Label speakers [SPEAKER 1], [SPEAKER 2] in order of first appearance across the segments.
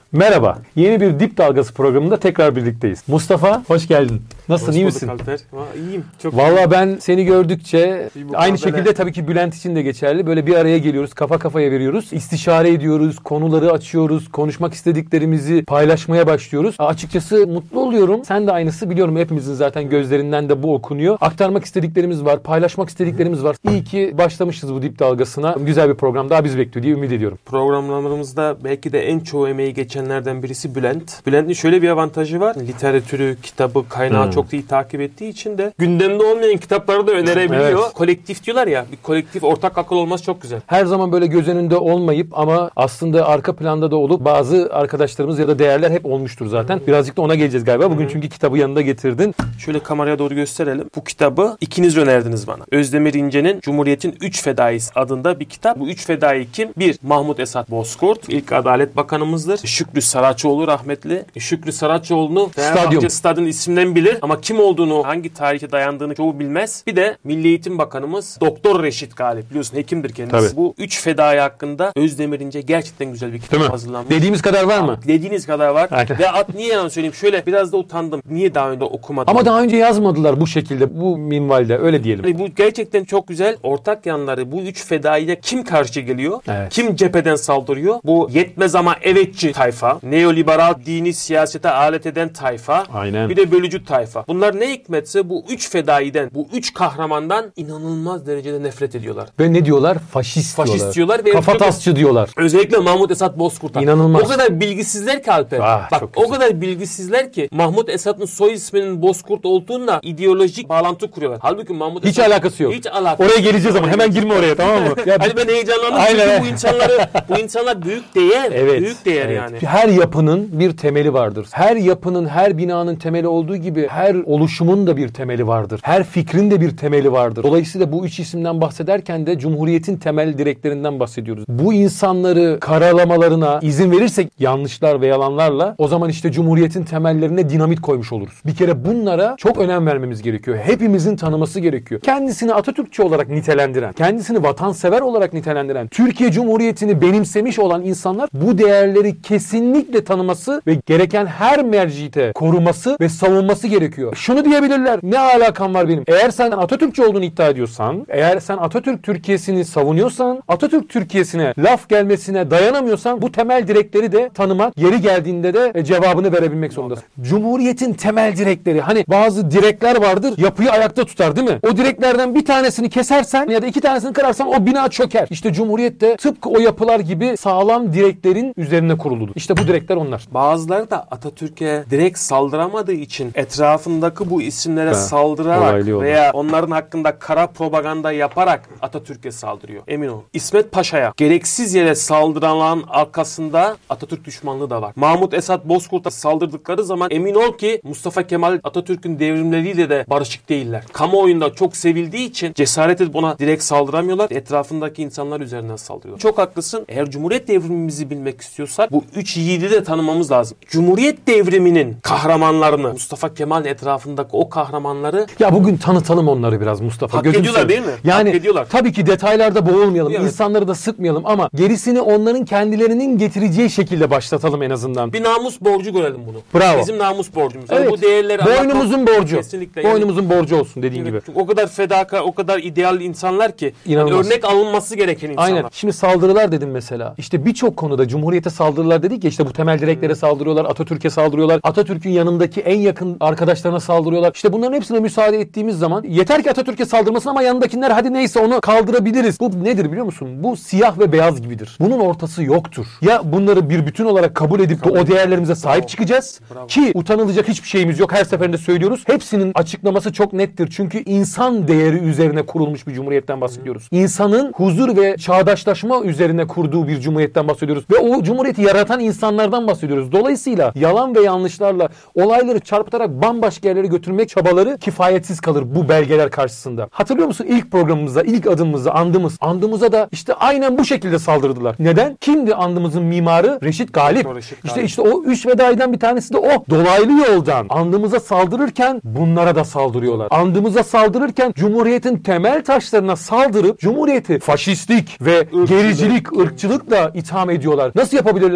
[SPEAKER 1] Merhaba, yeni bir Dip Dalgası programında tekrar birlikteyiz. Mustafa, hoş geldin. Nasılsın, iyi misin?
[SPEAKER 2] Alper. İyiyim, çok
[SPEAKER 1] Vallahi
[SPEAKER 2] iyiyim.
[SPEAKER 1] ben seni gördükçe, aynı şekilde tabii ki Bülent için de geçerli. Böyle bir araya geliyoruz, kafa kafaya veriyoruz. İstişare ediyoruz, konuları açıyoruz, konuşmak istediklerimizi paylaşmaya başlıyoruz. Açıkçası mutlu oluyorum. Sen de aynısı, biliyorum hepimizin zaten gözlerinden de bu okunuyor. Aktarmak istediklerimiz var, paylaşmak istediklerimiz var. İyi ki başlamışız bu Dip Dalgası'na. Güzel bir program daha bizi bekliyor diye ümit ediyorum.
[SPEAKER 2] Programlarımızda belki de en çoğu emeği geçenlerden birisi Bülent. Bülent'in şöyle bir avantajı var. Literatürü, kitabı, kaynağı çok iyi takip ettiği için de gündemde olmayan kitapları da önerebiliyor. Evet. Kolektif diyorlar ya, bir kolektif ortak akıl olması çok güzel.
[SPEAKER 1] Her zaman böyle göz önünde olmayıp ama aslında arka planda da olup bazı arkadaşlarımız ya da değerler hep olmuştur zaten. Birazcık da ona geleceğiz galiba. Bugün çünkü kitabı yanında getirdin.
[SPEAKER 2] Şöyle kameraya doğru gösterelim. Bu kitabı ikiniz önerdiniz bana. Özdemir İnce'nin Cumhuriyet'in 3 Fedaisi adında bir kitap. Bu 3 fedai kim? 1. Mahmut Esat Bozkurt. İlk Adalet Bakanımızdır. Şükrü Saraçoğlu rahmetli. Şükrü Saraçoğlu'nu Fenerbahçe Stadyumu isminden bilir ama kim olduğunu, hangi tarihe dayandığını çoğu bilmez. Bir de Milli Eğitim Bakanımız Doktor Reşit Galip. Biliyorsun hekimdir kendisi. Tabii. Bu 3 fedai hakkında Özdemir İnce gerçekten güzel bir kitap hazırlanmış.
[SPEAKER 1] Dediğimiz kadar var mı?
[SPEAKER 2] Dediğiniz kadar var. Aynen. Ve niye yalan söyleyeyim? Şöyle biraz da utandım. Niye daha önce okumadım?
[SPEAKER 1] Ama daha önce yazmadılar bu şekilde, bu minvalde, öyle diyelim.
[SPEAKER 2] Bu gerçekten çok güzel. Ortak yanları, bu 3 fedaiye kim karşı geliyor?
[SPEAKER 1] Evet.
[SPEAKER 2] Kim cepheden saldırıyor? Bu yetmez ama evetçi tayfa. Neoliberal dini siyasete alet eden tayfa.
[SPEAKER 1] Aynen.
[SPEAKER 2] Bir de bölücü tayfa. Bunlar ne hikmetse bu 3 fedaiden, bu 3 kahramandan inanılmaz derecede nefret ediyorlar.
[SPEAKER 1] Ve ne diyorlar? Faşist diyorlar.
[SPEAKER 2] Ve
[SPEAKER 1] kafatasçı diyorlar.
[SPEAKER 2] Özellikle Mahmut Esat Bozkurt'a.
[SPEAKER 1] İnanılmaz.
[SPEAKER 2] O kadar bilgisizler ki Alper. Bak o kadar bilgisizler ki Mahmut Esat'ın soy isminin Bozkurt olduğunda ideolojik bağlantı kuruyorlar. Halbuki Mahmut
[SPEAKER 1] Hiç alakası yok.
[SPEAKER 2] Hiç alakası.
[SPEAKER 1] Oraya geleceğiz ama hemen girme oraya, tamam mı?
[SPEAKER 2] Hani ben heyecanlandım çünkü bu insanlar büyük değer. Evet, büyük değer yani.
[SPEAKER 1] Her yapının bir temeli vardır. Her yapının, her binanın temeli olduğu gibi her oluşumun da bir temeli vardır. Her fikrin de bir temeli vardır. Dolayısıyla bu 3 isimden bahsederken de Cumhuriyet'in temel direklerinden bahsediyoruz. Bu insanları karalamalarına izin verirsek yanlışlar ve yalanlarla, o zaman işte Cumhuriyet'in temellerine dinamit koymuş oluruz. Bir kere bunlara çok önem vermemiz gerekiyor. Hepimizin tanıması gerekiyor. Kendisini Atatürkçü olarak nitelendiren, kendisini vatansever olarak nitelendiren, Türkiye Cumhuriyeti'ni benimsemiş olan insanlar bu değerleri kesinlikle tanıması ve gereken her mercite koruması ve savunması gerekiyor. Şunu diyebilirler: ne alakam var benim? Eğer sen Atatürkçü olduğunu iddia ediyorsan, eğer sen Atatürk Türkiye'sini savunuyorsan, Atatürk Türkiye'sine laf gelmesine dayanamıyorsan bu temel direkleri de tanımak, yeri geldiğinde de cevabını verebilmek zorundasın. Cumhuriyetin temel direkleri, hani bazı direkler vardır, yapıyı ayakta tutar değil mi? O direklerden bir tanesini kesersen ya da 2 tanesini kırarsan o bina çöker. İşte Cumhuriyet de tıpkı o yapılar gibi sağlam direklerin üzerine kuruludur. İşte bu direkler onlar.
[SPEAKER 2] Bazıları da Atatürk'e direkt saldıramadığı için etrafındaki bu isimlere saldırarak veya onların hakkında kara propaganda yaparak Atatürk'e saldırıyor. Emin ol. İsmet Paşa'ya gereksiz yere saldıranların arkasında Atatürk düşmanlığı da var. Mahmut Esat Bozkurt'a saldırdıkları zaman emin ol ki Mustafa Kemal Atatürk'ün devrimleriyle de barışık değiller. Kamuoyunda çok sevildiği için cesaret edip ona direkt saldıramıyorlar. Etrafındaki insanlar üzerinden saldırıyorlar. Çok haklısın. Eğer Cumhuriyet devrimimizi bilmek istiyorsak bu 3 yiğidi de tanımamız lazım. Cumhuriyet devriminin kahramanlarını, Mustafa Kemal'in etrafındaki o kahramanları...
[SPEAKER 1] Ya bugün tanıtalım onları biraz Mustafa.
[SPEAKER 2] Hak ediyorlar değil mi?
[SPEAKER 1] Yani
[SPEAKER 2] hak ediyorlar.
[SPEAKER 1] Tabii ki detaylarda boğulmayalım.
[SPEAKER 2] Evet.
[SPEAKER 1] İnsanları da sıkmayalım ama gerisini onların kendilerinin getireceği şekilde başlatalım en azından.
[SPEAKER 2] Bir namus borcu görelim bunu.
[SPEAKER 1] Bravo.
[SPEAKER 2] Bizim namus borcumuz.
[SPEAKER 1] Evet.
[SPEAKER 2] Bu değerleri
[SPEAKER 1] boynumuzun borcu.
[SPEAKER 2] Kesinlikle.
[SPEAKER 1] Boynumuzun borcu olsun dediğin gibi.
[SPEAKER 2] O kadar fedakar, o kadar ideal insanlar ki yani örnek alınması gereken insanlar.
[SPEAKER 1] Aynen. Şimdi saldırılar dedim mesela. İşte birçok konuda Cumhuriyet'e saldırılar dedik ya, işte bu temel direklere saldırıyorlar, Atatürk'e saldırıyorlar, Atatürk'ün yanındaki en yakın arkadaşlarına saldırıyorlar. İşte bunların hepsine müsaade ettiğimiz zaman yeter ki Atatürk'e saldırmasın ama yanındakiler hadi neyse onu kaldırabiliriz. Bu nedir biliyor musun? Bu siyah ve beyaz gibidir. Bunun ortası yoktur. Ya bunları bir bütün olarak kabul edip de o değerlerimize sahip çıkacağız ki utanılacak hiçbir şeyimiz yok. Her seferinde söylüyoruz. Hepsinin açıklaması çok nettir. Çünkü insan değeri üzerine kurulmuş bir cumhuriyetten bahsediyoruz. İnsanın huzur ve çağdaşlaşma üzerine kurduğu bir cumhuriyetten bahsediyoruz. Ve o cumhuriyeti yaratan insanlardan bahsediyoruz. Dolayısıyla yalan ve yanlışlarla olayları çarpıtarak bambaşka yerlere götürmek çabaları kifayetsiz kalır bu belgeler karşısında. Hatırlıyor musun ilk programımızda, ilk adımımızda andımıza da işte aynen bu şekilde saldırdılar. Neden? Kimdi andımızın mimarı? Reşit Galip. İşte o 3 fedaiden bir tanesi de o. Dolaylı yoldan andımıza saldırırken bunlara da saldırıyorlar. Andımıza saldırırken Cumhuriyet'in temel taşlarına saldırıp Cumhuriyet'i faşistlik ve gericilik, ırkçılıkla itham ediyorlar. Nasıl yapabilirler bunu?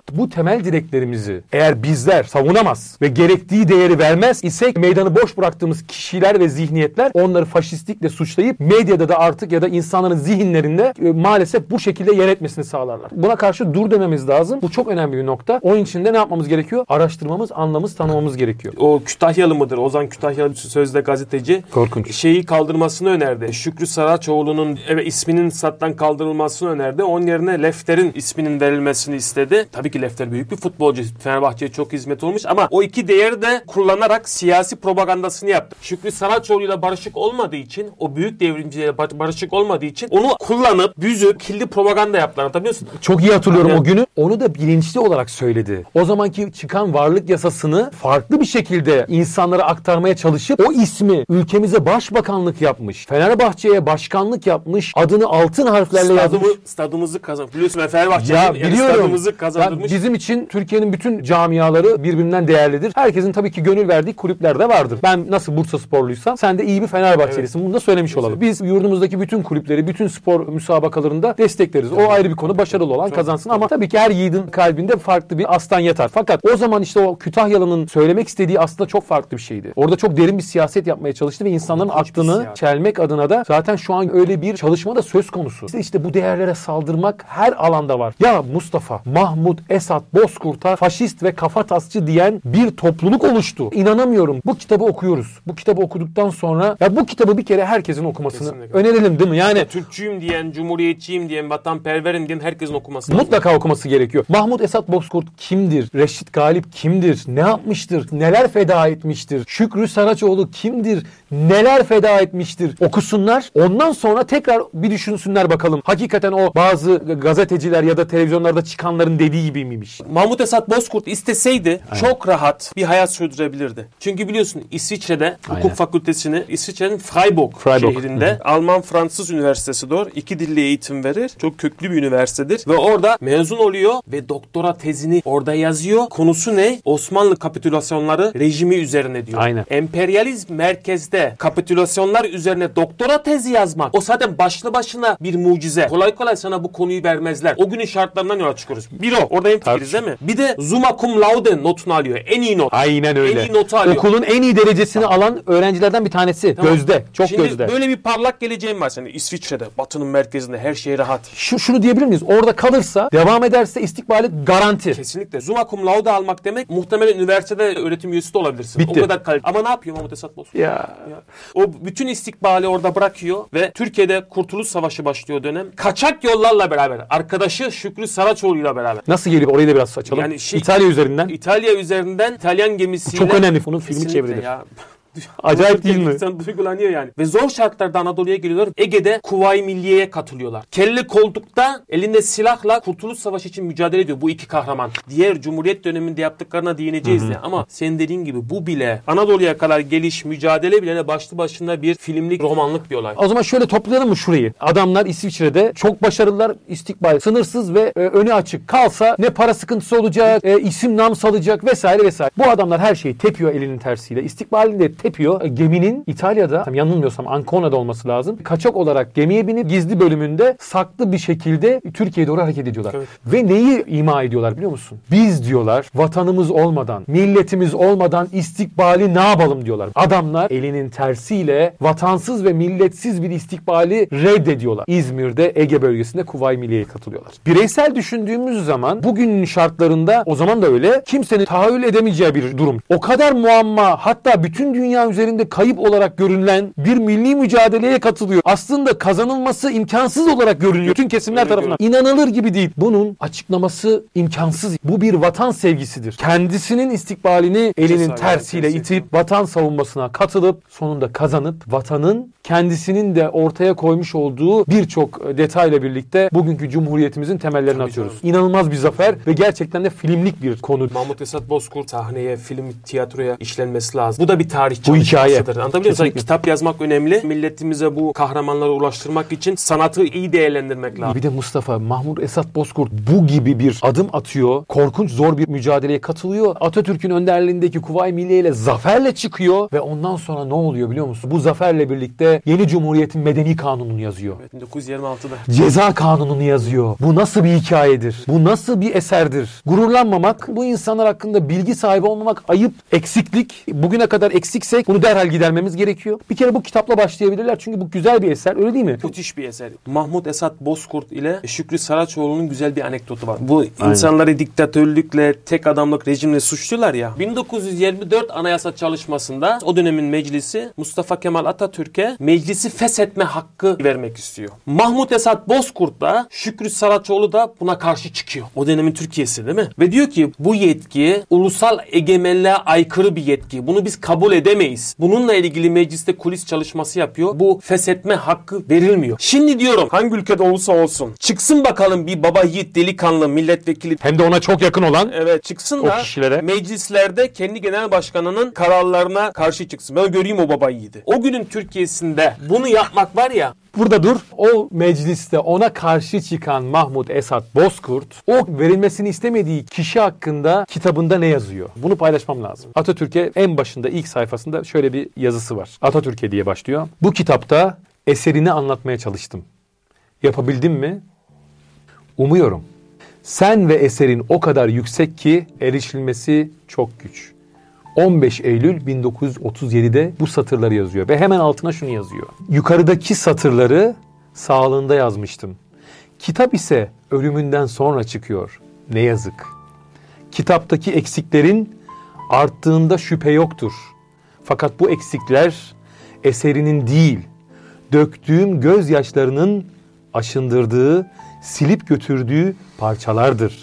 [SPEAKER 1] Bu temel direklerimizi eğer bizler savunamaz ve gerektiği değeri vermez isek meydanı boş bıraktığımız kişiler ve zihniyetler onları faşistlikle suçlayıp medyada da artık ya da insanların zihinlerinde maalesef bu şekilde yer etmesini sağlarlar. Buna karşı dur dememiz lazım. Bu çok önemli bir nokta. Onun için de ne yapmamız gerekiyor? Araştırmamız, anlamamız, tanımamız gerekiyor.
[SPEAKER 2] O Kütahyalı mıdır? Ozan Kütahyalı sözde gazeteci.
[SPEAKER 1] Korkunç.
[SPEAKER 2] Şeyi kaldırmasını önerdi. Şükrü Saraçoğlu'nun isminin sattan kaldırılmasını önerdi. Onun yerine Lefter'in isminin verilmesini istedi. Tabii ki Lefter büyük bir futbolcu. Fenerbahçe'ye çok hizmet olmuş ama o iki değeri de kullanarak siyasi propagandasını yaptı. Şükrü Saraçoğlu'yla barışık olmadığı için, o büyük devrimciyle barışık olmadığı için onu kullanıp, büzüp, kirli propaganda yaptılar. Hatırlıyorsun?
[SPEAKER 1] Çok iyi hatırlıyorum o günü. Onu da bilinçli olarak söyledi. O zamanki çıkan varlık yasasını farklı bir şekilde insanlara aktarmaya çalışıp o ismi ülkemize başbakanlık yapmış. Fenerbahçe'ye başkanlık yapmış. Adını altın harflerle yazmış.
[SPEAKER 2] Stadımızı kazanmış. Biliyorsun ben Fenerbahçe'nin stadımızı kazandırmış.
[SPEAKER 1] Bizim için Türkiye'nin bütün camiaları birbirinden değerlidir. Herkesin tabii ki gönül verdiği kulüpler de vardır. Ben nasıl Bursasporluysam sen de iyi bir Fenerbahçelisin. Evet. Bunu da söylemiş olalım. Biz yurdumuzdaki bütün kulüpleri, bütün spor müsabakalarında destekleriz. O ayrı bir konu. Başarılı olan kazansın ama tabii ki her yiğidin kalbinde farklı bir aslan yatar. Fakat o zaman işte o Kütahyalı'nın söylemek istediği aslında çok farklı bir şeydi. Orada çok derin bir siyaset yapmaya çalıştı ve insanların aklını çelmek adına da zaten şu an öyle bir çalışma da söz konusu. İşte bu değerlere saldırmak her alanda var. Ya Mustafa, Mahmut, Esat, Bozkurt'a faşist ve kafatasçı diyen bir topluluk oluştu. İnanamıyorum. Bu kitabı okuyoruz. Bu kitabı okuduktan sonra ya bu kitabı bir kere herkesin okumasını önerelim değil mi? Yani
[SPEAKER 2] Türkçüyüm diyen, cumhuriyetçiyim diyen, vatanperverim diyen herkesin okuması lazım.
[SPEAKER 1] Mutlaka okuması gerekiyor. Mahmut Esat Bozkurt kimdir? Reşit Galip kimdir? Ne yapmıştır? Neler feda etmiştir? Şükrü Saraçoğlu kimdir? Neler feda etmiştir? Okusunlar. Ondan sonra tekrar bir düşünsünler bakalım. Hakikaten o bazı gazeteciler ya da televizyonlarda çıkanların dediği gibi miymiş?
[SPEAKER 2] Mahmut Esat Bozkurt isteseydi çok rahat bir hayat sürdürebilirdi. Çünkü biliyorsun İsviçre'de hukuk fakültesini İsviçre'nin Freiburg şehrinde Alman-Fransız üniversitesi doğru 2 dilli eğitim verir. Çok köklü bir üniversitedir ve orada mezun oluyor ve doktora tezini orada yazıyor. Konusu ne? Osmanlı kapitülasyonları rejimi üzerine diyor.
[SPEAKER 1] Aynen.
[SPEAKER 2] Emperyalizm merkezde kapitülasyonlar üzerine doktora tezi yazmak o zaten başlı başına bir mucize. Kolay kolay sana bu konuyu vermezler. O günün şartlarından yola çıkıyoruz. Bir o. Orada hemfikiriz değil mi? Bir de summa cum laude notunu alıyor. En iyi not.
[SPEAKER 1] Aynen öyle.
[SPEAKER 2] En iyi notu alıyor.
[SPEAKER 1] Okulun en iyi derecesini alan öğrencilerden bir tanesi. Tamam. Gözde. Çok
[SPEAKER 2] şimdi
[SPEAKER 1] gözde.
[SPEAKER 2] Böyle bir parlak geleceğim var senin. İsviçre'de. Batı'nın merkezinde. Her şey rahat.
[SPEAKER 1] Şunu diyebilir miyiz? Orada kalırsa, devam ederse istikbali garanti.
[SPEAKER 2] Kesinlikle. Summa cum laude almak demek muhtemelen üniversitede öğretim üyesi de olabilirsin.
[SPEAKER 1] Bitti.
[SPEAKER 2] O kadar kaliteli. Ama ne yapıyor Mahmut Esat Bozkurt? Ya. O bütün istikbali orada bırakıyor ve Türkiye'de Kurtuluş Savaşı başlıyor dönem. Kaçak yollarla beraber. Arkadaşı Şükrü Saraçoğlu'yla beraber.
[SPEAKER 1] Nasıl geliyor? Orayı da biraz açalım. Yani İtalya üzerinden. İtalyan gemisiyle. Çok önemli. Bunun filmi çevrilir. Ya. Acayip değil mi?
[SPEAKER 2] İnsan duygulanıyor yani. Ve zor şartlarda Anadolu'ya geliyorlar. Ege'de Kuvayi Milliye'ye katılıyorlar. Kelle koltukta elinde silahla Kurtuluş Savaşı için mücadele ediyor bu iki kahraman. Diğer Cumhuriyet döneminde yaptıklarına değineceğiz de. Ama senin dediğin gibi bu bile Anadolu'ya kadar geliş, mücadele bile başlı başına bir filmlik, romanlık bir olay.
[SPEAKER 1] O zaman şöyle toplayalım mı şurayı? Adamlar İsviçre'de çok başarılılar. İstikbal sınırsız ve önü açık. Kalsa ne para sıkıntısı olacak, isim nam salacak vesaire vesaire. Bu adamlar her şeyi tepiyor elinin tersiyle. İstikbalini de tepiyor. Geminin İtalya'da, yanılmıyorsam Ancona'da olması lazım. Kaçak olarak gemiye binip gizli bölümünde saklı bir şekilde Türkiye'ye doğru hareket ediyorlar. Evet. Ve neyi ima ediyorlar biliyor musun? Biz diyorlar vatanımız olmadan, milletimiz olmadan istikbali ne yapalım diyorlar. Adamlar elinin tersiyle vatansız ve milletsiz bir istikbali reddediyorlar. İzmir'de Ege bölgesinde Kuvayi Milliye'ye katılıyorlar. Bireysel düşündüğümüz zaman bugünün şartlarında o zaman da öyle kimsenin tahayyül edemeyeceği bir durum. O kadar muamma hatta bütün dünya üzerinde kayıp olarak görülen bir milli mücadeleye katılıyor. Aslında kazanılması imkansız olarak görünüyor. Bütün kesimler tarafından. İnanılır gibi değil. Bunun açıklaması imkansız. Bu bir vatan sevgisidir. Kendisinin istikbalini elinin tersiyle itip vatan savunmasına katılıp sonunda kazanıp vatanın kendisinin de ortaya koymuş olduğu birçok detayla birlikte bugünkü Cumhuriyetimizin temellerini atıyoruz. İnanılmaz bir zafer ve gerçekten de filmlik bir konu.
[SPEAKER 2] Mahmut Esat Bozkurt sahneye, film, tiyatroya işlenmesi lazım. Bu da bir tarih çalışmasıdır. Anlatabiliyor musun? Kitap yazmak önemli. Milletimize bu kahramanları ulaştırmak için sanatı iyi değerlendirmek lazım.
[SPEAKER 1] Bir de Mustafa Mahmut Esat Bozkurt bu gibi bir adım atıyor. Korkunç zor bir mücadeleye katılıyor. Atatürk'ün önderliğindeki Kuvayi Milliye ile zaferle çıkıyor ve ondan sonra ne oluyor biliyor musun? Bu zaferle birlikte yeni Cumhuriyet'in medeni kanununu yazıyor.
[SPEAKER 2] Evet, 1926'da.
[SPEAKER 1] Ceza kanununu yazıyor. Bu nasıl bir hikayedir? Bu nasıl bir eserdir? Gururlanmamak, bu insanlar hakkında bilgi sahibi olmamak ayıp, eksiklik. Bugüne kadar eksiksek bunu derhal gidermemiz gerekiyor. Bir kere bu kitapla başlayabilirler çünkü bu güzel bir eser, öyle değil mi?
[SPEAKER 2] Müthiş bir eser. Mahmut Esat Bozkurt ile Şükrü Saraçoğlu'nun güzel bir anekdotu var. Bu insanları diktatörlükle, tek adamlık rejimle suçluyorlar ya. 1924 Anayasa çalışmasında o dönemin meclisi Mustafa Kemal Atatürk'e meclisi feshetme hakkı vermek istiyor. Mahmut Esat Bozkurt da Şükrü Saraçoğlu da buna karşı çıkıyor. O dönemin Türkiye'si değil mi? Ve diyor ki bu yetki ulusal egemenliğe aykırı bir yetki. Bunu biz kabul edemeyiz. Bununla ilgili mecliste kulis çalışması yapıyor. Bu feshetme hakkı verilmiyor. Şimdi diyorum hangi ülkede olursa olsun çıksın bakalım bir baba yiğit delikanlı milletvekili.
[SPEAKER 1] Hem de ona çok yakın olan.
[SPEAKER 2] Evet, çıksın da
[SPEAKER 1] kişilere
[SPEAKER 2] meclislerde kendi genel başkanının kararlarına karşı çıksın. Ben göreyim o baba yiğidi. O günün Türkiye'sinde bunu yapmak var ya.
[SPEAKER 1] Burada dur. O mecliste ona karşı çıkan Mahmut Esat Bozkurt o verilmesini istemediği kişi hakkında kitabında ne yazıyor? Bunu paylaşmam lazım. Atatürk'e en başında ilk sayfasında şöyle bir yazısı var. Atatürk'e diye başlıyor. Bu kitapta eserini anlatmaya çalıştım. Yapabildim mi? Umuyorum. Sen ve eserin o kadar yüksek ki erişilmesi çok güç. 15 Eylül 1937'de bu satırları yazıyor ve hemen altına şunu yazıyor. Yukarıdaki satırları sağlığında yazmıştım. Kitap ise ölümünden sonra çıkıyor. Ne yazık. Kitaptaki eksiklerin arttığında şüphe yoktur. Fakat bu eksikler eserinin değil, döktüğüm gözyaşlarının aşındırdığı, silip götürdüğü parçalardır.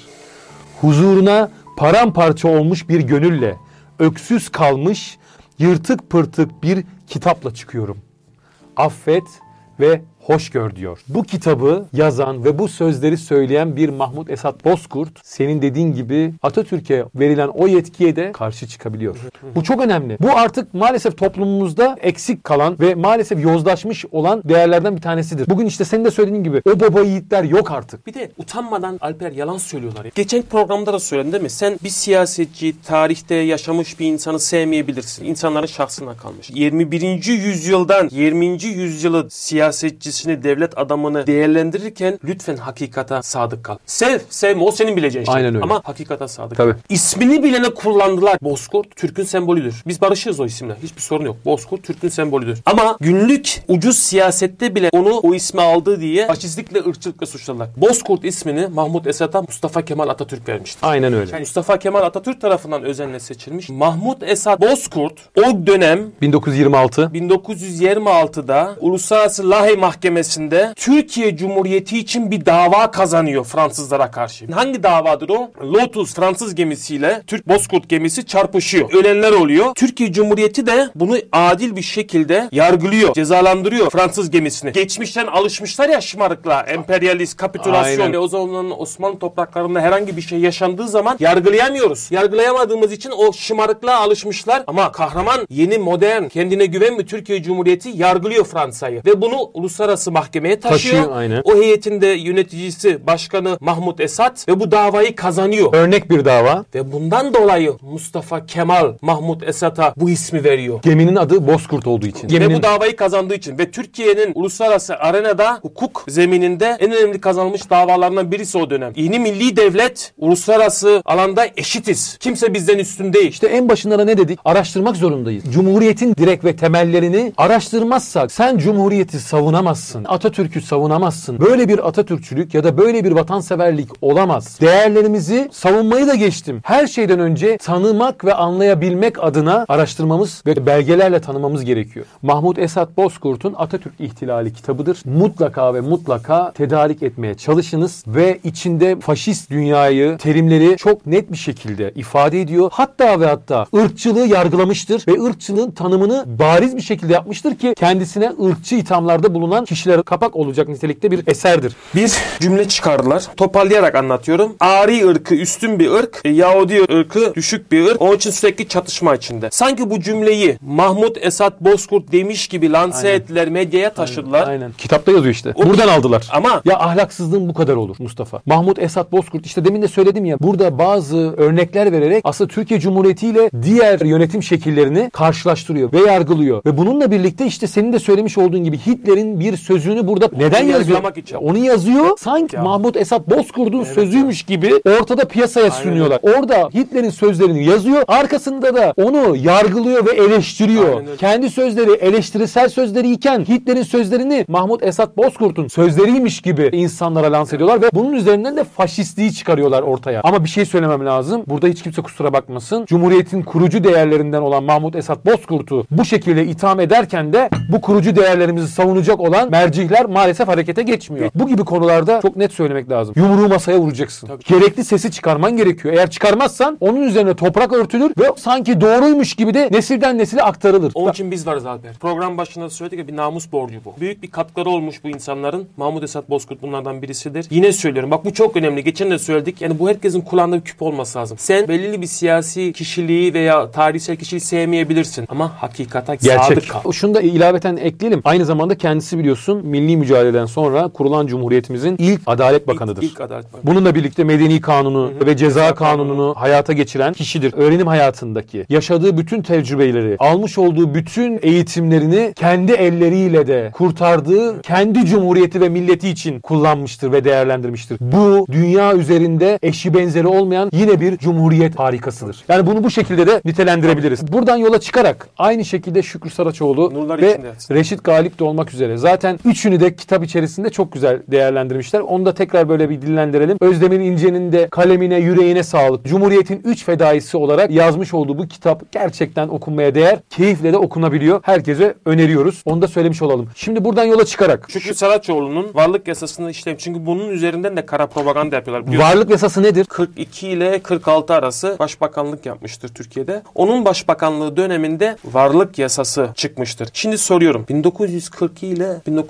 [SPEAKER 1] Huzuruna paramparça olmuş bir gönülle, öksüz kalmış, yırtık pırtık bir kitapla çıkıyorum. Affet ve hoş gör diyor. Bu kitabı yazan ve bu sözleri söyleyen bir Mahmut Esat Bozkurt senin dediğin gibi Atatürk'e verilen o yetkiye de karşı çıkabiliyor. Bu çok önemli. Bu artık maalesef toplumumuzda eksik kalan ve maalesef yozlaşmış olan değerlerden bir tanesidir. Bugün işte senin de söylediğin gibi o baba yiğitler yok artık.
[SPEAKER 2] Bir de utanmadan Alper yalan söylüyorlar ya. Geçen programda da söyledin değil mi? Sen bir siyasetçi, tarihte yaşamış bir insanı sevmeyebilirsin. İnsanların şahsına kalmış. 21. yüzyıldan 20. yüzyılı siyasetçi devlet adamını değerlendirirken lütfen hakikata sadık kal. Sevme o senin bileceğin şey.
[SPEAKER 1] Aynen öyle.
[SPEAKER 2] Ama hakikata sadık
[SPEAKER 1] kal.
[SPEAKER 2] İsmini bilene kullandılar. Bozkurt Türk'ün sembolüdür. Biz barışırız o isimle. Hiçbir sorun yok. Bozkurt Türk'ün sembolüdür. Ama günlük ucuz siyasette bile onu o ismi aldı diye faşistlikle, ırkçılıkla suçladılar. Bozkurt ismini Mahmut Esat'a Mustafa Kemal Atatürk vermiştir.
[SPEAKER 1] Aynen öyle.
[SPEAKER 2] Yani Mustafa Kemal Atatürk tarafından özenle seçilmiş. Mahmut Esat Bozkurt o dönem 1926'da Uluslararası Lahey Mahkemesi'nde Türkiye Cumhuriyeti için bir dava kazanıyor Fransızlara karşı. Hangi davadır o? Lotus Fransız gemisiyle Türk Bozkurt gemisi çarpışıyor. Ölenler oluyor. Türkiye Cumhuriyeti de bunu adil bir şekilde yargılıyor, cezalandırıyor Fransız gemisini. Geçmişten alışmışlar ya şımarıkla, emperyalist, kapitülasyon ve o zamanın Osmanlı topraklarında herhangi bir şey yaşandığı zaman yargılayamıyoruz. Yargılayamadığımız için o şımarıklığa alışmışlar ama kahraman, yeni, modern, kendine güvenli Türkiye Cumhuriyeti yargılıyor Fransa'yı ve bunu uluslararası mahkemeye taşıyor. O heyetin de yöneticisi, başkanı Mahmut Esat ve bu davayı kazanıyor.
[SPEAKER 1] Örnek bir dava.
[SPEAKER 2] Ve bundan dolayı Mustafa Kemal Mahmut Esat'a bu ismi veriyor.
[SPEAKER 1] Geminin adı Bozkurt olduğu için.
[SPEAKER 2] Ve bu davayı kazandığı için ve Türkiye'nin uluslararası arenada hukuk zemininde en önemli kazanılmış davalarından birisi o dönem. Yeni milli devlet, uluslararası alanda eşitiz. Kimse bizden üstün değil.
[SPEAKER 1] İşte en başında da ne dedik? Araştırmak zorundayız. Cumhuriyetin direk ve temellerini araştırmazsak sen Cumhuriyeti savunamazsın. Atatürk'ü savunamazsın. Böyle bir Atatürkçülük ya da böyle bir vatanseverlik olamaz. Değerlerimizi savunmayı da geçtim. Her şeyden önce tanımak ve anlayabilmek adına araştırmamız ve belgelerle tanımamız gerekiyor. Mahmut Esat Bozkurt'un Atatürk İhtilali kitabıdır. Mutlaka ve mutlaka tedarik etmeye çalışınız ve içinde faşist dünyayı, terimleri çok net bir şekilde ifade ediyor. Hatta ve hatta ırkçılığı yargılamıştır ve ırkçılığın tanımını bariz bir şekilde yapmıştır ki kendisine ırkçı ithamlarda bulunan kişilere kapak olacak nitelikte bir eserdir.
[SPEAKER 2] Bir cümle çıkardılar. Toparlayarak anlatıyorum. Ari ırkı üstün bir ırk, Yahudi ırkı düşük bir ırk. Onun için sürekli çatışma içinde. Sanki bu cümleyi Mahmut Esat Bozkurt demiş gibi lanse ettiler, medyaya taşıdılar.
[SPEAKER 1] Aynen. Kitapta yazıyor işte. Buradan aldılar.
[SPEAKER 2] Ama
[SPEAKER 1] ya ahlaksızlığın bu kadar olur Mustafa. Mahmut Esat Bozkurt, işte demin de söyledim ya, burada bazı örnekler vererek aslında Türkiye Cumhuriyeti ile diğer yönetim şekillerini karşılaştırıyor ve yargılıyor. Ve bununla birlikte işte senin de söylemiş olduğun gibi Hitler'in bir sözünü burada neden yazıyor? Onu yazıyor. Sanki Mahmut Esat Bozkurt'un sözüymüş gibi ortada piyasaya sunuyorlar. Orada Hitler'in sözlerini yazıyor. Arkasında da onu yargılıyor ve eleştiriyor. Kendi sözleri eleştirisel sözleriyken Hitler'in sözlerini Mahmut Esat Bozkurt'un sözleriymiş gibi insanlara lanse ediyorlar ve bunun üzerinden de faşistliği çıkarıyorlar ortaya. Ama bir şey söylemem lazım. Burada hiç kimse kusura bakmasın. Cumhuriyetin kurucu değerlerinden olan Mahmut Esat Bozkurt'u bu şekilde itham ederken de bu kurucu değerlerimizi savunacak olan mercihler maalesef harekete geçmiyor. Bu gibi konularda çok net söylemek lazım. Yumruğu masaya vuracaksın. Gerekli sesi çıkarman gerekiyor. Eğer çıkarmazsan onun üzerine toprak örtülür ve sanki doğruymuş gibi de nesilden nesile aktarılır.
[SPEAKER 2] Onun için biz varız Alper. Program başında söyledik ya, bir namus borcu bu. Büyük bir katkıları olmuş bu insanların. Mahmut Esat Bozkurt bunlardan birisidir. Yine söylüyorum. Bak bu çok önemli. Geçen de söyledik. Yani bu herkesin kulağında bir küp olması lazım. Sen belirli bir siyasi kişiliği veya tarihsel kişiliği sevmeyebilirsin. Ama hakikate sadık kal.
[SPEAKER 1] Şunu da ilaveten ekleyelim. Aynı zamanda kendisi biliyorsun milli mücadeleden sonra kurulan Cumhuriyetimizin ilk Adalet Bakanıdır.
[SPEAKER 2] İlk Adalet Bakanı.
[SPEAKER 1] Bununla birlikte Medeni Kanunu ve Ceza Kanunu'nu hayata geçiren kişidir. Öğrenim hayatındaki yaşadığı bütün tecrübeleri, almış olduğu bütün eğitimlerini kendi elleriyle de kurtardığı kendi cumhuriyeti ve milleti için kullanmıştır ve değerlendirmiştir. Bu dünya üzerinde eşi benzeri olmayan yine bir cumhuriyet harikasıdır. Yani bunu bu şekilde de nitelendirebiliriz. Buradan yola çıkarak aynı şekilde Şükrü Saraçoğlu
[SPEAKER 2] Nurlar
[SPEAKER 1] ve Reşit Galip de olmak üzere. Zaten üçünü de kitap içerisinde çok güzel değerlendirmişler. Onu da tekrar böyle bir dillendirelim. Özdemir İnce'nin de kalemine, yüreğine sağlık. Cumhuriyet'in 3 fedaisi olarak yazmış olduğu bu kitap gerçekten okunmaya değer. Keyifle de okunabiliyor. Herkese öneriyoruz. Onu da söylemiş olalım. Şimdi buradan yola çıkarak.
[SPEAKER 2] Şükrü Saraçoğlu'nun varlık yasasını işlemiş. Çünkü bunun üzerinden de kara propaganda yapıyorlar. Biliyorsun.
[SPEAKER 1] Varlık yasası nedir?
[SPEAKER 2] 42 ile 46 arası başbakanlık yapmıştır Türkiye'de. Onun başbakanlığı döneminde varlık yasası çıkmıştır. Şimdi soruyorum. 1942 ile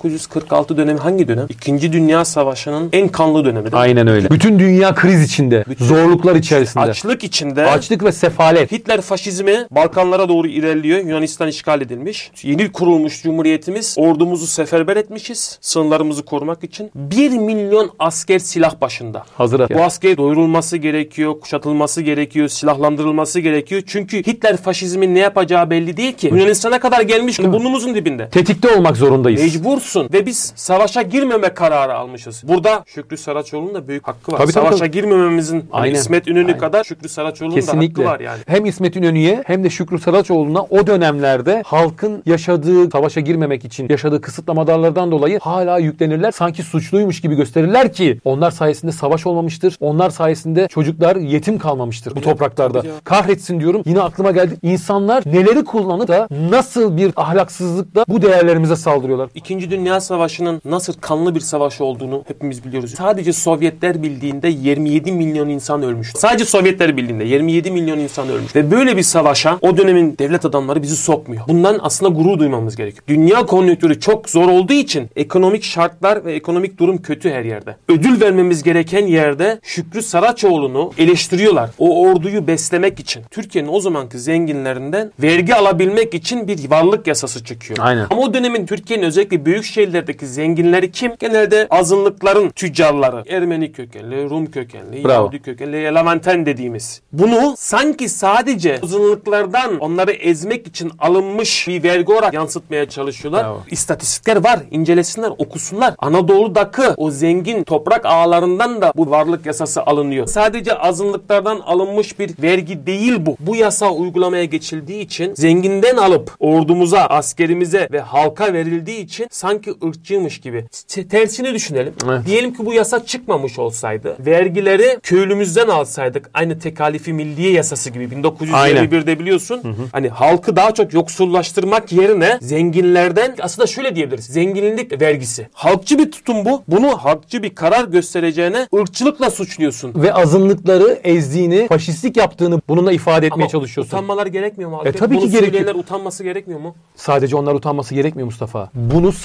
[SPEAKER 2] 1946 dönemi hangi dönem? İkinci Dünya Savaşı'nın en kanlı dönemi değil mi?
[SPEAKER 1] Aynen öyle. Bütün dünya kriz içinde. Zorluklar içerisinde.
[SPEAKER 2] Açlık içinde.
[SPEAKER 1] Açlık ve sefalet.
[SPEAKER 2] Hitler faşizmi Balkanlara doğru ilerliyor. Yunanistan işgal edilmiş. Yeni kurulmuş Cumhuriyetimiz. Ordumuzu seferber etmişiz. Sınırlarımızı korumak için. 1 milyon asker silah başında.
[SPEAKER 1] Hazır.
[SPEAKER 2] Bu asker doyurulması gerekiyor. Kuşatılması gerekiyor. Silahlandırılması gerekiyor. Çünkü Hitler faşizmin ne yapacağı belli değil ki. Yunanistan'a kadar gelmiş. Burnumuzun dibinde.
[SPEAKER 1] Tetikte olmak zorundayız.
[SPEAKER 2] Mecbursun. Ve biz savaşa girmeme kararı almışız. Burada Şükrü Saraçoğlu'nun da büyük hakkı var.
[SPEAKER 1] Tabii,
[SPEAKER 2] Savaşa girmememizin İsmet İnönü kadar Şükrü Saraçoğlu'nun
[SPEAKER 1] kesinlikle
[SPEAKER 2] da hakkı var yani.
[SPEAKER 1] Hem İsmet İnönü'ye hem de Şükrü Saraçoğlu'na o dönemlerde halkın yaşadığı, savaşa girmemek için yaşadığı kısıtlamalardan dolayı hala yüklenirler. Sanki suçluymuş gibi gösterirler ki onlar sayesinde savaş olmamıştır. Onlar sayesinde çocuklar yetim kalmamıştır bu topraklarda. Kahretsin diyorum. Yine aklıma geldi. İnsanlar neleri kullanıp da nasıl bir ahlaksızlıkla bu değerlerimize saldırıyorlar.
[SPEAKER 2] İkinci Dünya Savaşı'nın nasıl kanlı bir savaş olduğunu hepimiz biliyoruz. Sadece Sovyetler bildiğinde 27 milyon insan ölmüş. Sadece Sovyetler bildiğinde 27 milyon insan ölmüş. Ve böyle bir savaşa o dönemin devlet adamları bizi sokmuyor. Bundan aslında gurur duymamız gerekiyor. Dünya konjonktürü çok zor olduğu için ekonomik şartlar ve ekonomik durum kötü her yerde. Ödül vermemiz gereken yerde Şükrü Saraçoğlu'nu eleştiriyorlar. O orduyu beslemek için. Türkiye'nin o zamanki zenginlerinden vergi alabilmek için bir varlık yasası çıkıyor.
[SPEAKER 1] Aynen.
[SPEAKER 2] Ama o dönemin Türkiye'nin özellikle büyük şehirlerdeki zenginleri kim? Genelde azınlıkların tüccarları. Ermeni kökenli, Rum kökenli, Yahudi kökenli, Levanten dediğimiz. Bunu sanki sadece azınlıklardan onları ezmek için alınmış bir vergi olarak yansıtmaya çalışıyorlar.
[SPEAKER 1] Bravo.
[SPEAKER 2] İstatistikler var. İncelesinler, okusunlar. Anadolu'daki o zengin toprak ağlarından da bu varlık yasası alınıyor. Sadece azınlıklardan alınmış bir vergi değil bu. Bu yasa uygulamaya geçildiği için zenginden alıp ordumuza, askerimize ve halka verildiği için sanki ırkçıymış gibi. Tersini düşünelim.
[SPEAKER 1] Evet.
[SPEAKER 2] Diyelim ki bu yasa çıkmamış olsaydı, vergileri köylümüzden alsaydık, aynı tekalifi milliye yasası gibi 1921'de biliyorsun. Hani halkı daha çok yoksullaştırmak yerine zenginlerden, aslında şöyle diyebiliriz. Zenginlik vergisi. Halkçı bir tutum bu. Bunu halkçı bir karar göstereceğine ırkçılıkla suçluyorsun.
[SPEAKER 1] Ve azınlıkları ezdiğini, faşistlik yaptığını bununla ifade etmeye çalışıyorsun.
[SPEAKER 2] Utanmalar gerekmiyor mu?
[SPEAKER 1] Tabii ki gerekiyor.
[SPEAKER 2] Söyleyenler utanması gerekmiyor mu?
[SPEAKER 1] Sadece onlar utanması gerekmiyor Mustafa. Bunu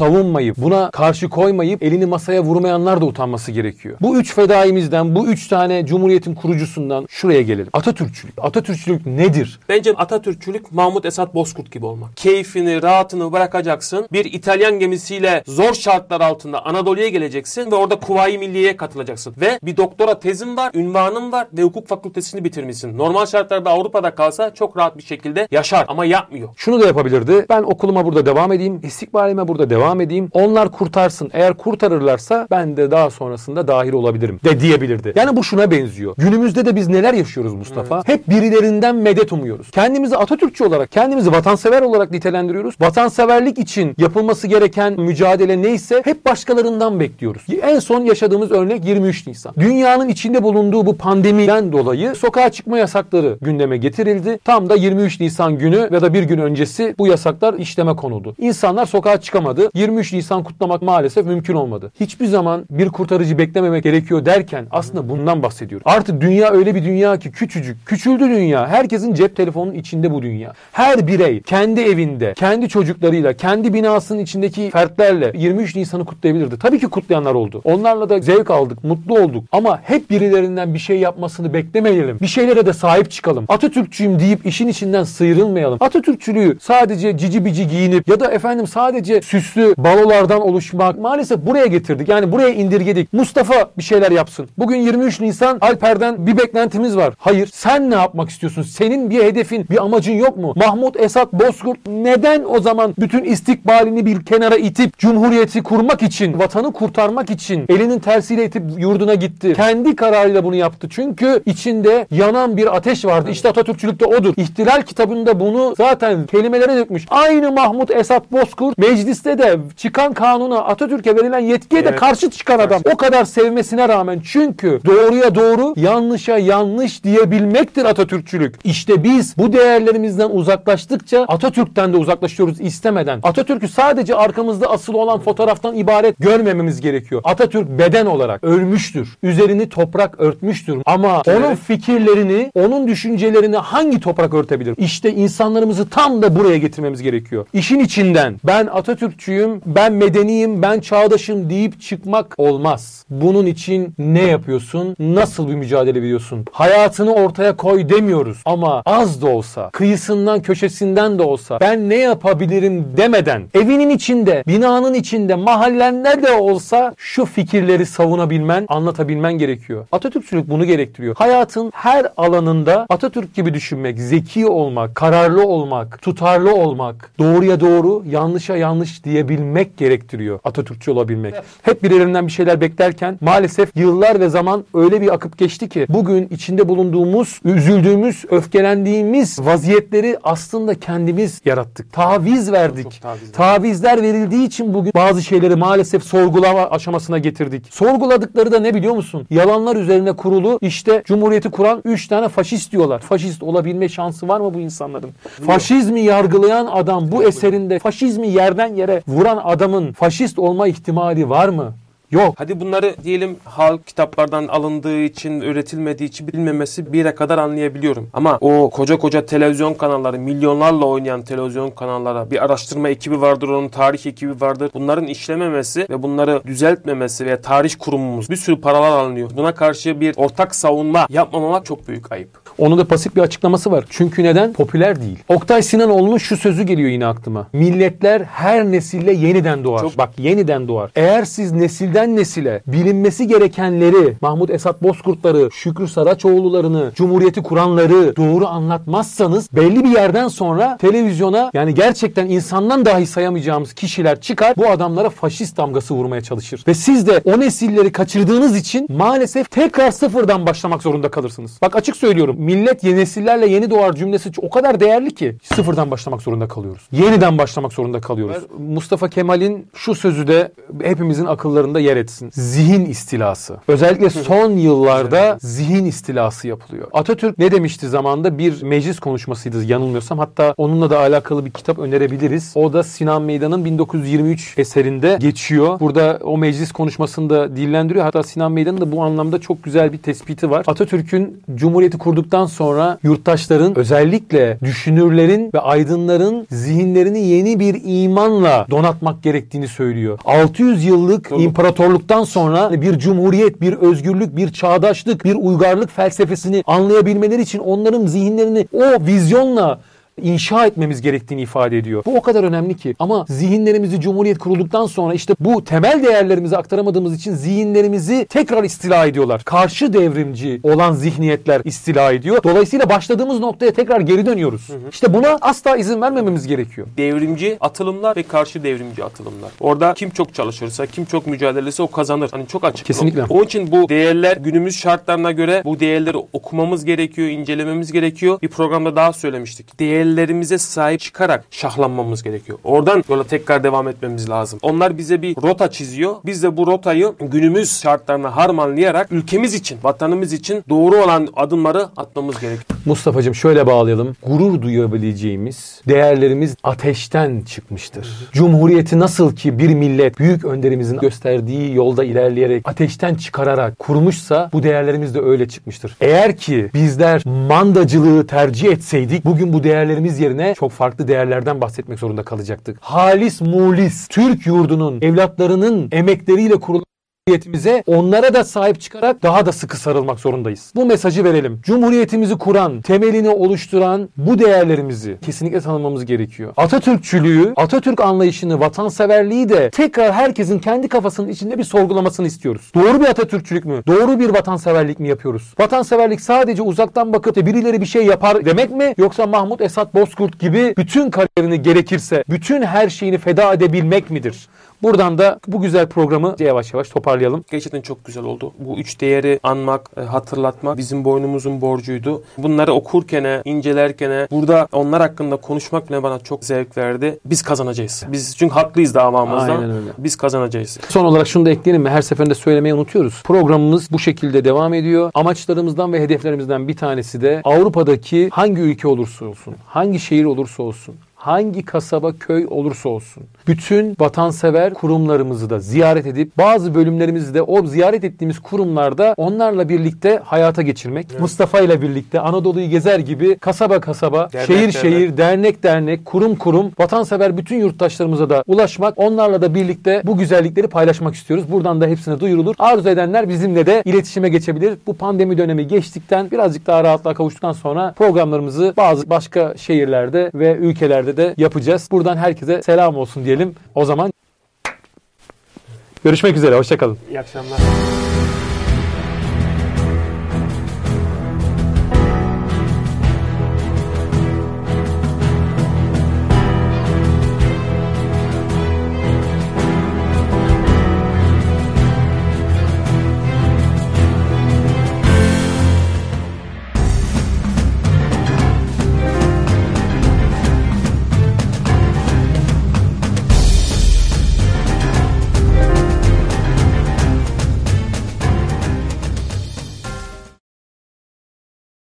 [SPEAKER 1] savunmayıp, buna karşı koymayıp elini masaya vurmayanlar da utanması gerekiyor. Bu 3 fedaimizden, bu 3 tane Cumhuriyet'in kurucusundan şuraya gelelim. Atatürkçülük. Atatürkçülük nedir?
[SPEAKER 2] Bence Atatürkçülük Mahmut Esat Bozkurt gibi olmak. Keyfini, rahatını bırakacaksın. Bir İtalyan gemisiyle zor şartlar altında Anadolu'ya geleceksin ve orada Kuvayi Milliye'ye katılacaksın. Ve bir doktora tezin var, ünvanın var ve hukuk fakültesini bitirmişsin. Normal şartlarda Avrupa'da kalsa çok rahat bir şekilde yaşar ama yapmıyor.
[SPEAKER 1] Şunu da yapabilirdi. Ben okuluma burada devam edeyim, istikbalime burada devam edeyim. Onlar kurtarsın. Eğer kurtarırlarsa ben de daha sonrasında dahil olabilirim de diyebilirdi. Yani bu şuna benziyor. Günümüzde de biz neler yaşıyoruz Mustafa? Evet. Hep birilerinden medet umuyoruz. Kendimizi Atatürkçü olarak, kendimizi vatansever olarak nitelendiriyoruz. Vatanseverlik için yapılması gereken mücadele neyse hep başkalarından bekliyoruz. En son yaşadığımız örnek 23 Nisan. Dünyanın içinde bulunduğu bu pandemiden dolayı sokağa çıkma yasakları gündeme getirildi. Tam da 23 Nisan günü ya da bir gün öncesi bu yasaklar işleme konuldu. İnsanlar sokağa çıkamadı. 23 Nisan kutlamak maalesef mümkün olmadı. Hiçbir zaman bir kurtarıcı beklememek gerekiyor derken aslında bundan bahsediyoruz. Artık dünya öyle bir dünya ki küçücük. Küçüldü dünya. Herkesin cep telefonunun içinde bu dünya. Her birey kendi evinde, kendi çocuklarıyla, kendi binasının içindeki fertlerle 23 Nisan'ı kutlayabilirdi. Tabii ki kutlayanlar oldu. Onlarla da zevk aldık, mutlu olduk. Ama hep birilerinden bir şey yapmasını beklemeyelim. Bir şeylere de sahip çıkalım. Atatürkçüyüm deyip işin içinden sıyrılmayalım. Atatürkçülüğü sadece cici bici giyinip ya da sadece süslü balolardan oluşmak maalesef buraya getirdik. Yani buraya indirgedik. Mustafa bir şeyler yapsın. Bugün 23 Nisan Alper'den bir beklentimiz var. Hayır. Sen ne yapmak istiyorsun? Senin bir hedefin, bir amacın yok mu? Mahmut Esat Bozkurt neden o zaman bütün istikbalini bir kenara itip Cumhuriyeti kurmak için, vatanı kurtarmak için elinin tersiyle itip yurduna gitti? Kendi kararıyla bunu yaptı. Çünkü içinde yanan bir ateş vardı. İşte Atatürkçülük de odur. İhtilal kitabında bunu zaten kelimelere dökmüş. Aynı Mahmut Esat Bozkurt mecliste de çıkan kanuna, Atatürk'e verilen yetkiye de karşı çıkan adam. O kadar sevmesine rağmen, çünkü doğruya doğru, yanlışa yanlış diyebilmektir Atatürkçülük. İşte biz bu değerlerimizden uzaklaştıkça Atatürk'ten de uzaklaşıyoruz istemeden. Atatürk'ü sadece arkamızda asılı olan fotoğraftan ibaret görmememiz gerekiyor. Atatürk beden olarak ölmüştür. Üzerini toprak örtmüştür. Ama onun fikirlerini, onun düşüncelerini hangi toprak örtebilir? İşte insanlarımızı tam da buraya getirmemiz gerekiyor. İşin içinden ben Atatürkçüyüm, ben medeniyim, ben çağdaşım deyip çıkmak olmaz. Bunun için ne yapıyorsun? Nasıl bir mücadele veriyorsun? Hayatını ortaya koy demiyoruz. Ama az da olsa, kıyısından köşesinden de olsa ben ne yapabilirim demeden evinin içinde, binanın içinde, mahallende de olsa şu fikirleri savunabilmen, anlatabilmen gerekiyor. Atatürkçülük bunu gerektiriyor. Hayatın her alanında Atatürk gibi düşünmek, zeki olmak, kararlı olmak, tutarlı olmak, doğruya doğru, yanlışa yanlış diyebilmek gerektiriyor Atatürkçü olabilmek. Hep birilerinden bir şeyler beklerken maalesef yıllar ve zaman öyle bir akıp geçti ki bugün içinde bulunduğumuz, üzüldüğümüz, öfkelendiğimiz vaziyetleri aslında kendimiz yarattık. Taviz verdik. Tavizler verildiği için bugün bazı şeyleri maalesef sorgulama aşamasına getirdik. Sorguladıkları da ne biliyor musun? Yalanlar üzerine kurulu, işte Cumhuriyeti kuran 3 tane faşist diyorlar. Faşist olabilme şansı var mı bu insanların? Faşizmi yargılayan adam bu eserinde faşizmi yerden yere vuran adamın faşist olma ihtimali var mı? Yok.
[SPEAKER 2] Hadi bunları diyelim halk kitaplardan alındığı için, üretilmediği için bilmemesi bir yere kadar anlayabiliyorum. Ama o koca koca televizyon kanalları, milyonlarla oynayan televizyon kanallara bir araştırma ekibi vardır, onun tarih ekibi vardır. Bunların işlememesi ve bunları düzeltmemesi ve tarih kurumumuz bir sürü paralar alınıyor. Buna karşı bir ortak savunma yapmamak çok büyük ayıp.
[SPEAKER 1] Onun da pasif bir açıklaması var. Çünkü neden? Popüler değil. Oktay Sinanoğlu'nun şu sözü geliyor yine aklıma. Milletler her nesille yeniden doğar. Bak, yeniden doğar. Eğer siz nesilden nesile bilinmesi gerekenleri, Mahmut Esat Bozkurtları, Şükrü Saraçoğlu'larını, Cumhuriyeti kuranları doğru anlatmazsanız belli bir yerden sonra televizyona, yani gerçekten insandan dahi sayamayacağımız kişiler çıkar, bu adamlara faşist damgası vurmaya çalışır. Ve siz de o nesilleri kaçırdığınız için maalesef tekrar sıfırdan başlamak zorunda kalırsınız. Bak, açık söylüyorum. Millet nesillerle yeni doğar cümlesi o kadar değerli ki sıfırdan başlamak zorunda kalıyoruz. Yeniden başlamak zorunda kalıyoruz. Mustafa Kemal'in şu sözü de hepimizin akıllarında yer etsin. Zihin istilası. Özellikle son yıllarda zihin istilası yapılıyor. Atatürk ne demişti zamanda? Bir meclis konuşmasıydı yanılmıyorsam. Hatta onunla da alakalı bir kitap önerebiliriz. O da Sinan Meydan'ın 1923 eserinde geçiyor. Burada o meclis konuşmasını da dillendiriyor. Hatta Sinan Meydan'ın da bu anlamda çok güzel bir tespiti var. Atatürk'ün Cumhuriyeti kurduktan sonra yurttaşların, özellikle düşünürlerin ve aydınların zihinlerini yeni bir imanla donatmak gerektiğini söylüyor. 600 yıllık imparatorluktan sonra bir cumhuriyet, bir özgürlük, bir çağdaşlık, bir uygarlık felsefesini anlayabilmeleri için onların zihinlerini o vizyonla inşa etmemiz gerektiğini ifade ediyor. Bu o kadar önemli ki. Ama zihinlerimizi Cumhuriyet kurulduktan sonra işte bu temel değerlerimizi aktaramadığımız için zihinlerimizi tekrar istila ediyorlar. Karşı devrimci olan zihniyetler istila ediyor. Dolayısıyla başladığımız noktaya tekrar geri dönüyoruz. İşte buna asla izin vermememiz gerekiyor.
[SPEAKER 2] Devrimci atılımlar ve karşı devrimci atılımlar. Orada kim çok çalışırsa, kim çok mücadelesi o kazanır. Hani çok açık.
[SPEAKER 1] Kesinlikle.
[SPEAKER 2] Onun için bu değerler günümüz şartlarına göre bu değerleri okumamız gerekiyor, incelememiz gerekiyor. Bir programda daha söylemiştik. Değerlerimize sahip çıkarak şahlanmamız gerekiyor. Oradan yola tekrar devam etmemiz lazım. Onlar bize bir rota çiziyor. Biz de bu rotayı günümüz şartlarına harmanlayarak ülkemiz için, vatanımız için doğru olan adımları atmamız gerekiyor.
[SPEAKER 1] Mustafa'cığım şöyle bağlayalım. Gurur duyabileceğimiz değerlerimiz ateşten çıkmıştır. Cumhuriyeti nasıl ki bir millet büyük önderimizin gösterdiği yolda ilerleyerek ateşten çıkararak kurmuşsa bu değerlerimiz de öyle çıkmıştır. Eğer ki bizler mandacılığı tercih etseydik bugün bu değerlerimiz yerine çok farklı değerlerden bahsetmek zorunda kalacaktık. Halis mulis Türk yurdunun evlatlarının emekleriyle kurulan Cumhuriyetimize onlara da sahip çıkarak daha da sıkı sarılmak zorundayız. Bu mesajı verelim. Cumhuriyetimizi kuran, temelini oluşturan bu değerlerimizi kesinlikle tanımamız gerekiyor. Atatürkçülüğü, Atatürk anlayışını, vatanseverliği de tekrar herkesin kendi kafasının içinde bir sorgulamasını istiyoruz. Doğru bir Atatürkçülük mü? Doğru bir vatanseverlik mi yapıyoruz? Vatanseverlik sadece uzaktan bakıp birileri bir şey yapar demek mi? Yoksa Mahmut Esat Bozkurt gibi bütün kariyerini gerekirse, bütün her şeyini feda edebilmek midir? Buradan da bu güzel programı yavaş yavaş toparlayalım.
[SPEAKER 2] Gerçekten çok güzel oldu. Bu üç değeri anmak, hatırlatmak bizim boynumuzun borcuydu. Bunları okurken, incelerken, burada onlar hakkında konuşmak bile bana çok zevk verdi. Biz kazanacağız. Biz çünkü haklıyız davamızda.
[SPEAKER 1] Aynen öyle.
[SPEAKER 2] Biz kazanacağız.
[SPEAKER 1] Son olarak şunu da ekleyelim mi? Her seferinde söylemeyi unutuyoruz. Programımız bu şekilde devam ediyor. Amaçlarımızdan ve hedeflerimizden bir tanesi de Avrupa'daki hangi ülke olursa olsun, hangi şehir olursa olsun, hangi kasaba, köy olursa olsun, bütün vatansever kurumlarımızı da ziyaret edip bazı bölümlerimizi de o ziyaret ettiğimiz kurumlarda onlarla birlikte hayata geçirmek. Evet. Mustafa ile birlikte Anadolu'yu gezer gibi kasaba kasaba, şehir, dernek, kurum vatansever bütün yurttaşlarımıza da ulaşmak, onlarla da birlikte bu güzellikleri paylaşmak istiyoruz. Buradan da hepsine duyurulur. Arzu edenler bizimle de iletişime geçebilir. Bu pandemi dönemi geçtikten, birazcık daha rahatlığa kavuştuktan sonra programlarımızı bazı başka şehirlerde ve ülkelerde de yapacağız. Buradan herkese selam olsun diyelim. O zaman görüşmek üzere. Hoşça kalın.
[SPEAKER 2] İyi akşamlar.